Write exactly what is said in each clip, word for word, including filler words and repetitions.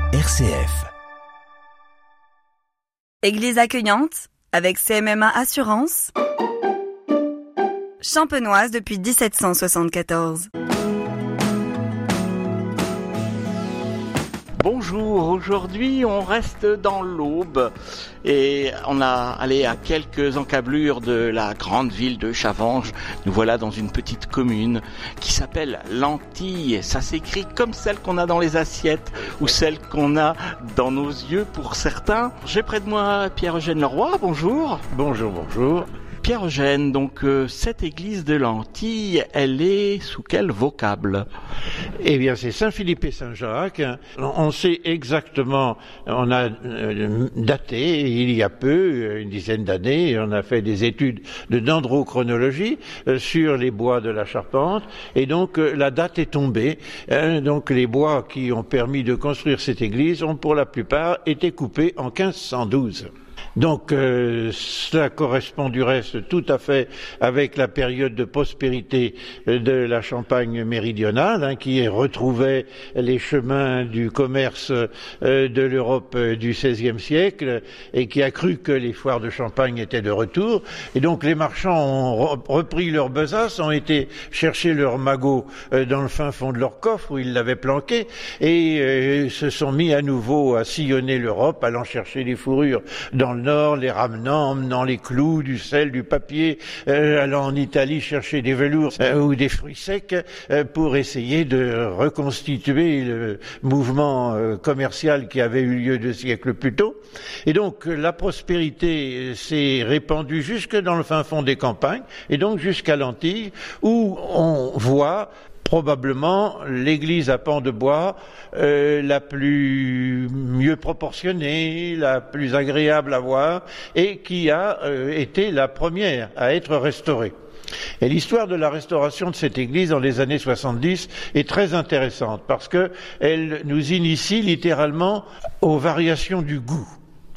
R C F. Église accueillante, avec C M M A Assurance, champenoise depuis dix-sept cent soixante-quatorze. Bonjour, aujourd'hui on reste dans l'Aube et on a allé à quelques encablures de la grande ville de Chavanges. Nous voilà dans une petite commune qui s'appelle l'Antille. Ça s'écrit comme celle qu'on a dans les assiettes ou celle qu'on a dans nos yeux pour certains. J'ai près de moi Pierre-Eugène Leroy, bonjour. Bonjour, bonjour. Pierre-Eugène, donc euh, cette église de l'Antille, elle est sous quel vocable ? Eh bien, c'est Saint-Philippe et Saint-Jacques. On sait exactement, on a euh, daté il y a peu, une dizaine d'années, on a fait des études de dendrochronologie euh, sur les bois de la Charpente, et donc euh, la date est tombée. Hein, donc les bois qui ont permis de construire cette église ont pour la plupart été coupés en quinze cent douze. Donc euh, cela correspond du reste tout à fait avec la période de prospérité de la Champagne méridionale, hein, qui retrouvait les chemins du commerce euh, de l'Europe du seizième siècle et qui a cru que les foires de Champagne étaient de retour. Et donc les marchands ont repris leur besace, ont été chercher leur magot euh, dans le fin fond de leur coffre où ils l'avaient planqué et euh, se sont mis à nouveau à sillonner l'Europe, allant chercher les fourrures dans le nord, les ramenant, emmenant les clous, du sel, du papier, euh, allant en Italie chercher des velours euh, ou des fruits secs euh, pour essayer de reconstituer le mouvement euh, commercial qui avait eu lieu deux siècles plus tôt. Et donc la prospérité s'est répandue jusque dans le fin fond des campagnes et donc jusqu'à l'Antille où on voit probablement l'église à pans de bois euh, la plus mieux proportionnée, la plus agréable à voir et qui a euh, été la première à être restaurée. Et l'histoire de la restauration de cette église dans les années soixante-dix est très intéressante parce que elle nous initie littéralement aux variations du goût.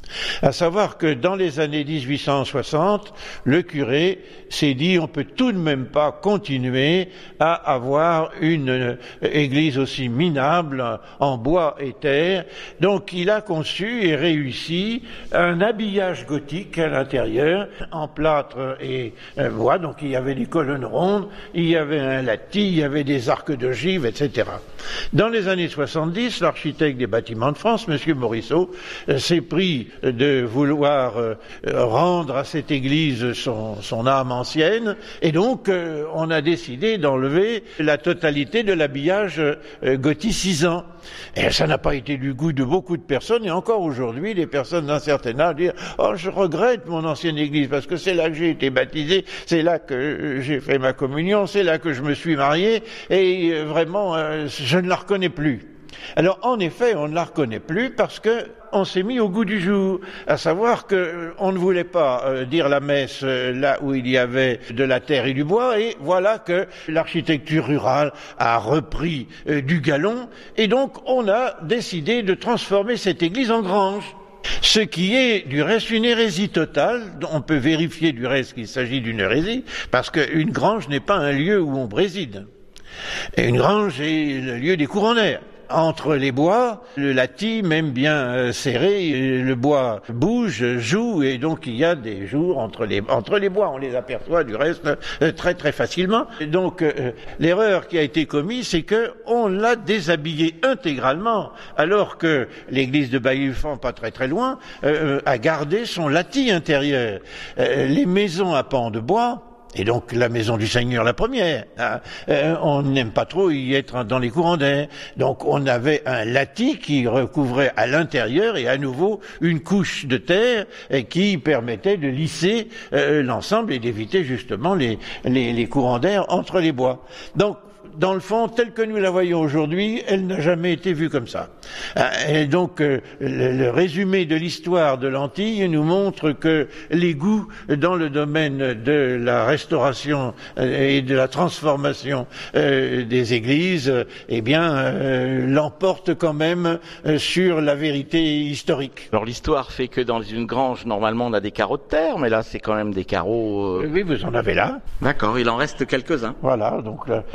À savoir que dans les années dix-huit cent soixante, le curé s'est dit on peut tout de même pas continuer à avoir une église aussi minable en bois et terre. Donc il a conçu et réussi un habillage gothique à l'intérieur en plâtre et bois. Donc il y avait des colonnes rondes, il y avait un lattis, il y avait des arcs d'ogive, et cetera. Dans les années soixante-dix, l'architecte des bâtiments de France, Monsieur Morisseau, s'est pris de vouloir euh, rendre à cette église son, son âme ancienne, et donc euh, on a décidé d'enlever la totalité de l'habillage euh, gothicisant. Et ça n'a pas été du goût de beaucoup de personnes, et encore aujourd'hui, les personnes d'un certain âge disent « Oh, je regrette mon ancienne église, parce que c'est là que j'ai été baptisé, c'est là que j'ai fait ma communion, c'est là que je me suis marié, et euh, vraiment, euh, je ne la reconnais plus. » Alors, en effet, on ne la reconnaît plus parce que on s'est mis au goût du jour, à savoir que euh, on ne voulait pas euh, dire la messe euh, là où il y avait de la terre et du bois, et voilà que l'architecture rurale a repris euh, du galon, et donc on a décidé de transformer cette église en grange. Ce qui est du reste une hérésie totale. On peut vérifier du reste qu'il s'agit d'une hérésie, parce qu'une grange n'est pas un lieu où on préside. Et une grange est le lieu des courants d'air. Entre les bois, le lattis, même bien euh, serré, le bois bouge, joue, et donc il y a des jours entre les, entre les bois. On les aperçoit du reste euh, très très facilement. Et donc euh, l'erreur qui a été commise, c'est que on l'a déshabillé intégralement, alors que l'église de Baillifant, pas très très loin, euh, a gardé son lattis intérieur. Euh, les maisons à pans de bois, et donc la maison du Seigneur, la première, hein, euh, on n'aime pas trop y être dans les courants d'air. Donc on avait un lattis qui recouvrait à l'intérieur et à nouveau une couche de terre et qui permettait de lisser euh, l'ensemble et d'éviter justement les, les, les courants d'air entre les bois. Donc dans le fond, telle que nous la voyons aujourd'hui, elle n'a jamais été vue comme ça. Et donc, euh, le, le résumé de l'histoire de l'Antille nous montre que les goûts dans le domaine de la restauration et de la transformation euh, des églises, euh, eh bien, euh, l'emportent quand même euh, sur la vérité historique. Alors l'histoire fait que dans une grange, normalement, on a des carreaux de terre, mais là, c'est quand même des carreaux... Euh... Oui, vous en avez là. D'accord, il en reste quelques-uns. Voilà, donc la, la, la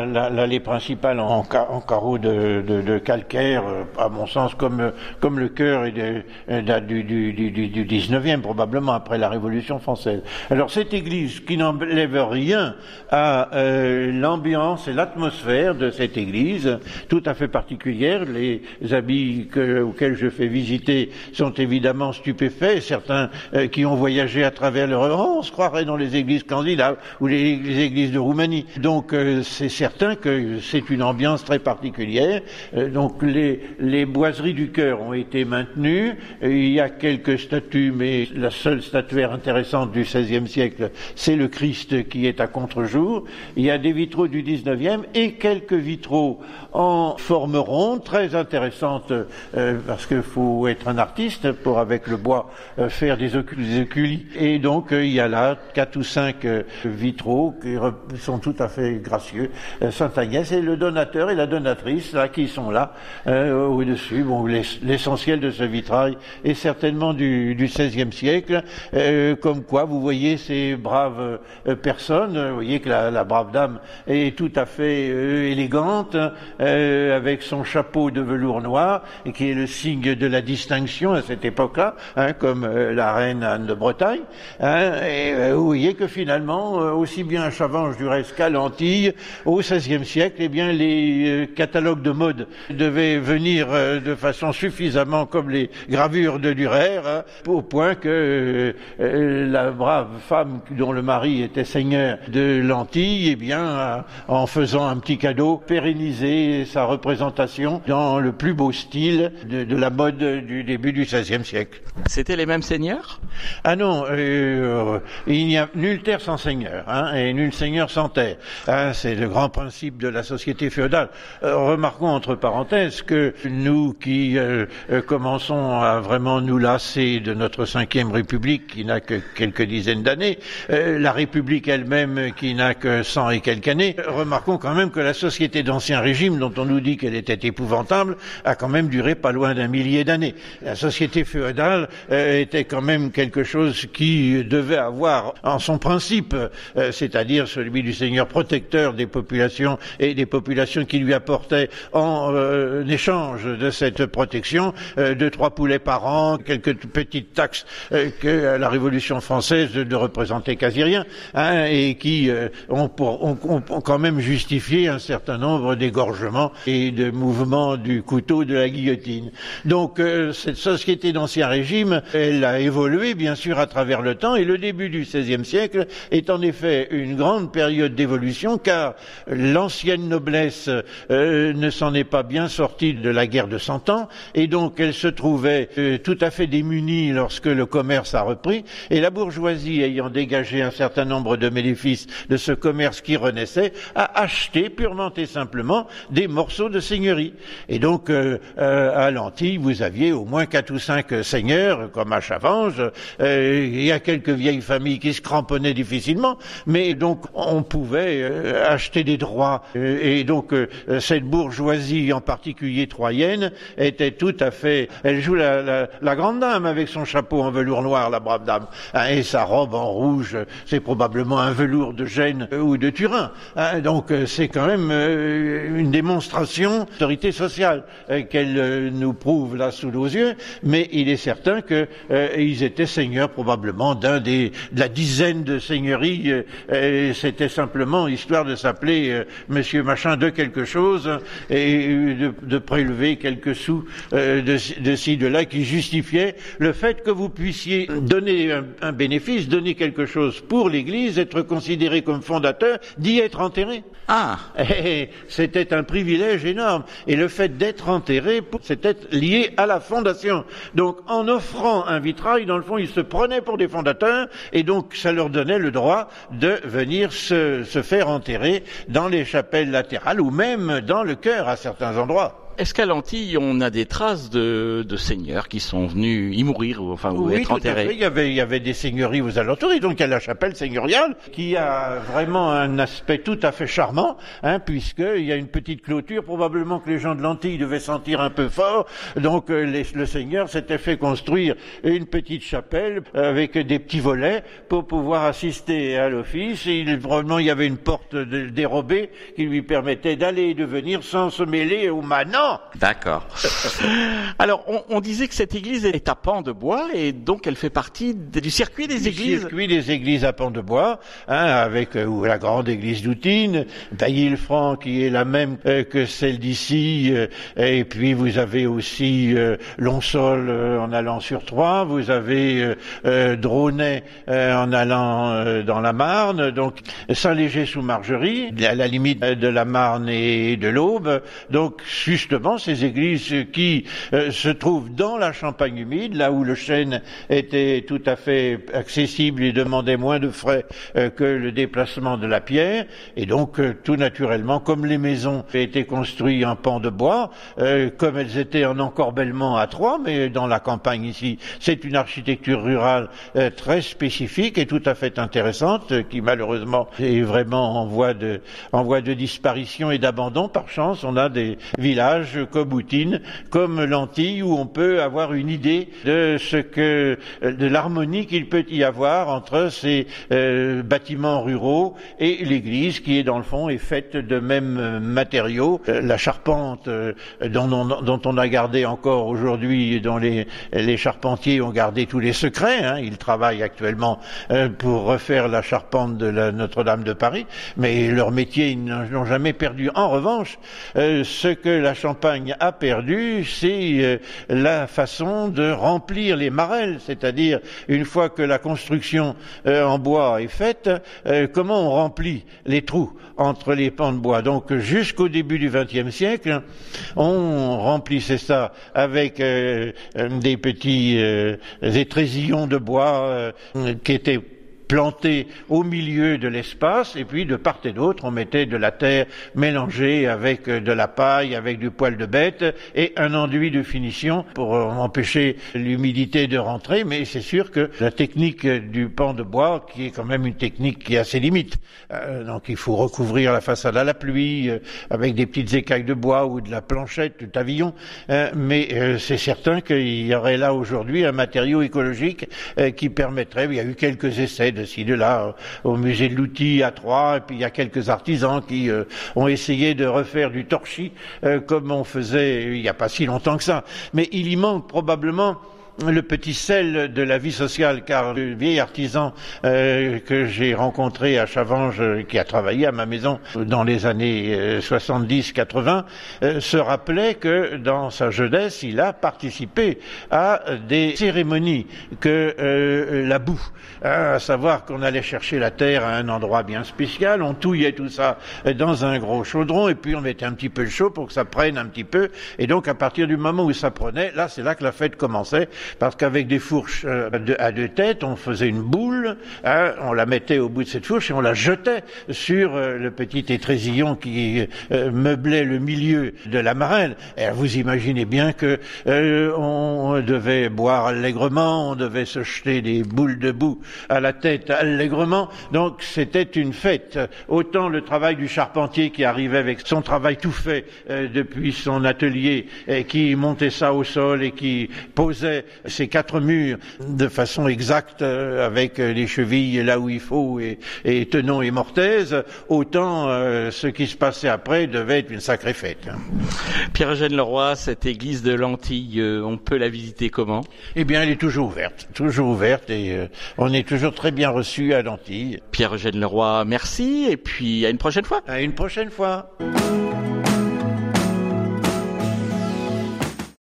l'allée principale en, en carreaux de, de, de calcaire, à mon sens, comme, comme le chœur est de, de, du, du, du, du dix-neuvième, probablement, après la Révolution française. Alors cette église, qui n'enlève rien à euh, l'ambiance et l'atmosphère de cette église, tout à fait particulière, les habits que, auxquels je fais visiter sont évidemment stupéfaits, certains euh, qui ont voyagé à travers l'Europe, oh, on se croirait dans les églises scandinaves ou les, les églises de Roumanie. Donc euh, c'est certain que c'est une ambiance très particulière. Euh, donc les, les boiseries du chœur ont été maintenues. Euh, il y a quelques statues, mais la seule statuaire intéressante du seizième siècle, c'est le Christ qui est à contre-jour. Il y a des vitraux du dix-neuvième et quelques vitraux en forme ronde, très intéressantes, euh, parce qu'il faut être un artiste pour, avec le bois, euh, faire des, ocu- des oculis. Et donc euh, il y a là quatre ou cinq euh, vitraux qui re- sont tout à fait gracieux. Euh, Sainte Agnès et le donateur et la donatrice là qui sont là euh, au-dessus. Bon, l'ess- l'essentiel de ce vitrail est certainement du, du seizième siècle. Euh, comme quoi, vous voyez ces braves euh, personnes. Vous voyez que la, la brave dame est tout à fait euh, élégante, euh, avec son chapeau de velours noir, et qui est le signe de la distinction à cette époque-là, hein, comme euh, la reine Anne de Bretagne. Hein, et euh, vous voyez que finalement, euh, aussi bien à Chavanges du reste qu'à l'Antille, au seizième siècle, eh bien les euh, catalogues de mode devaient venir euh, de façon suffisamment comme les gravures de Durer, hein, au point que euh, euh, la brave femme dont le mari était seigneur de l'Antille, eh bien, a, en faisant un petit cadeau, pérennisé sa représentation dans le plus beau style de, de la mode du début du seizième siècle. C'était les mêmes seigneurs ? Ah non, euh, il n'y a nulle terre sans seigneur, hein, et nul seigneur sans terre. Hein, c'est le grand principe de la société féodale. Euh, remarquons entre parenthèses que nous qui euh, euh, commençons à vraiment nous lasser de notre cinquième République, qui n'a que quelques dizaines d'années, euh, la République elle-même qui n'a que cent et quelques années, remarquons quand même que la société d'Ancien Régime, dont on nous dit qu'elle était épouvantable, a quand même duré pas loin d'un millier d'années. La société féodale euh, était quand même quelque chose qui devait avoir en son principe, euh, c'est-à-dire celui du seigneur protecteur des populations et des populations qui lui apportaient en euh, échange de cette protection euh, deux, trois poulets par an, quelques petites taxes euh, que la Révolution française ne représentait quasi rien, hein, et qui euh, ont, pour, ont, ont, ont quand même justifié un certain nombre d'égorgements et de mouvements du couteau de la guillotine. Donc euh, cette société d'Ancien Régime, elle a évolué bien sûr à travers le temps, et le début du seizième siècle est en effet une grande période d'évolution, car l'ancienne noblesse euh, ne s'en est pas bien sortie de la guerre de Cent Ans, et donc elle se trouvait euh, tout à fait démunie lorsque le commerce a repris, et la bourgeoisie, ayant dégagé un certain nombre de bénéfices de ce commerce qui renaissait, a acheté purement et simplement des morceaux de seigneurie. Et donc euh, euh, à l'Antille, vous aviez au moins quatre ou cinq seigneurs, comme à Chavanges. Euh, il y a quelques vieilles familles qui se cramponnaient difficilement, mais donc on pouvait euh, acheter des droits. Euh, et donc euh, cette bourgeoisie, en particulier troyenne, était tout à fait... Elle joue la, la, la grande dame avec son chapeau en velours noir, la brave dame, hein, et sa robe en rouge, c'est probablement un velours de Gênes euh, ou de Turin. Hein, donc euh, c'est quand même euh, une démonstration d'autorité sociale euh, qu'elle euh, nous prouve là sous nos yeux, mais il est certain que euh, ils étaient seigneurs probablement d'un des de la dizaine de seigneuries. Euh, euh, c'était simplement histoire de s'appeler euh, Monsieur Machin de quelque chose et de, de prélever quelques sous euh, de, de ci de là qui justifiaient le fait que vous puissiez donner un, un bénéfice, donner quelque chose pour l'Église, être considéré comme fondateur, d'y être enterré. Ah, Et c'était un privilège énorme. Et le fait d'être enterré, c'était lié à la fondation. Donc, en offrant un vitrail, dans le fond, ils se prenaient pour des fondateurs, et donc ça leur donnait le droit de venir se, se faire enterrer dans les chapelles latérales, ou même dans le chœur à certains endroits. est-ce qu'à Lentille, on a des traces de, de seigneurs qui sont venus y mourir ou enfin ou oui, être tout enterrés? À fait. Il y avait, il y avait des seigneuries aux alentours, et donc il y a la chapelle seigneuriale qui a vraiment un aspect tout à fait charmant, hein, puisqu'il y a une petite clôture. Probablement que les gens de Lentille devaient sentir un peu fort, donc euh, les, le seigneur s'était fait construire une petite chapelle avec des petits volets pour pouvoir assister à l'office. Et il, probablement il y avait une porte de, dérobée qui lui permettait d'aller et de venir sans se mêler aux manants. D'accord. Alors, on, on disait que cette église est à pan de bois et donc elle fait partie de, du circuit des du églises. circuit des églises à pan de bois, hein, avec euh, la grande église d'Outine, Bailly-le-Franc qui est la même euh, que celle d'ici, euh, et puis vous avez aussi euh, Lonsol euh, en allant sur Troyes, vous avez euh, euh, Dronay euh, en allant euh, dans la Marne, donc Saint-Léger-sous-Margerie, à la limite de la Marne et de l'Aube. Donc justement ces églises qui euh, se trouvent dans la Champagne humide, là où le chêne était tout à fait accessible et demandait moins de frais euh, que le déplacement de la pierre, et donc euh, tout naturellement, comme les maisons étaient construites en pan de bois, euh, comme elles étaient en encorbellement à Troyes, mais dans la campagne ici, c'est une architecture rurale euh, très spécifique et tout à fait intéressante, euh, qui malheureusement est vraiment en voie de, en voie de disparition et d'abandon. Par chance, on a des villages comme Outine, comme Lentille, où on peut avoir une idée de ce que, de l'harmonie qu'il peut y avoir entre ces euh, bâtiments ruraux et l'église, qui est dans le fond est faite de mêmes matériaux. Euh, la charpente euh, dont, on, dont on a gardé encore aujourd'hui, dont les, les charpentiers ont gardé tous les secrets, hein. Ils travaillent actuellement euh, pour refaire la charpente de la Notre-Dame de Paris, mais leur métier, ils n'ont jamais perdu. En revanche, euh, ce que la Champagne a perdu, c'est euh, la façon de remplir les marelles, c'est-à-dire une fois que la construction euh, en bois est faite, euh, comment on remplit les trous entre les pans de bois. Donc jusqu'au début du vingtième siècle, on remplissait ça avec euh, des petits euh, étrésillons de bois euh, qui étaient planté au milieu de l'espace, et puis de part et d'autre on mettait de la terre mélangée avec de la paille, avec du poil de bête et un enduit de finition pour empêcher l'humidité de rentrer. Mais c'est sûr que la technique du pan de bois, qui est quand même une technique qui a ses limites, euh, donc il faut recouvrir la façade à la pluie euh, avec des petites écailles de bois ou de la planchette, du pavillon, euh, mais euh, c'est certain qu'il y aurait là aujourd'hui un matériau écologique euh, qui permettrait, il y a eu quelques essais de ci, de là, au musée de l'outil à Troyes, et puis il y a quelques artisans qui euh, ont essayé de refaire du torchis euh, comme on faisait il n'y a pas si longtemps que ça. Mais il y manque probablement le petit sel de la vie sociale, car le vieil artisan euh, que j'ai rencontré à Chavanges, euh, qui a travaillé à ma maison dans les années euh, soixante-dix quatre-vingts, euh, se rappelait que dans sa jeunesse, il a participé à des cérémonies que euh, la boue, hein, à savoir qu'on allait chercher la terre à un endroit bien spécial, on touillait tout ça dans un gros chaudron, et puis on mettait un petit peu de chaud pour que ça prenne un petit peu, et donc à partir du moment où ça prenait, là c'est là que la fête commençait. Parce qu'avec des fourches euh, de, à deux têtes, on faisait une boule, hein, on la mettait au bout de cette fourche et on la jetait sur euh, le petit étrésillon qui euh, meublait le milieu de la marelle. Et vous imaginez bien que euh, on devait boire allègrement, on devait se jeter des boules de boue à la tête allègrement. Donc c'était une fête. Autant le travail du charpentier qui arrivait avec son travail tout fait euh, depuis son atelier, et qui montait ça au sol et qui posait ces quatre murs de façon exacte, euh, avec les chevilles là où il faut et, et tenons et mortaise, autant euh, ce qui se passait après devait être une sacrée fête. Pierre-Eugène Leroy, cette église de Lentille, euh, on peut la visiter comment? Eh bien, elle est toujours ouverte, toujours ouverte, et euh, on est toujours très bien reçu à Lentille. Pierre-Eugène Leroy, merci, et puis à une prochaine fois. À une prochaine fois.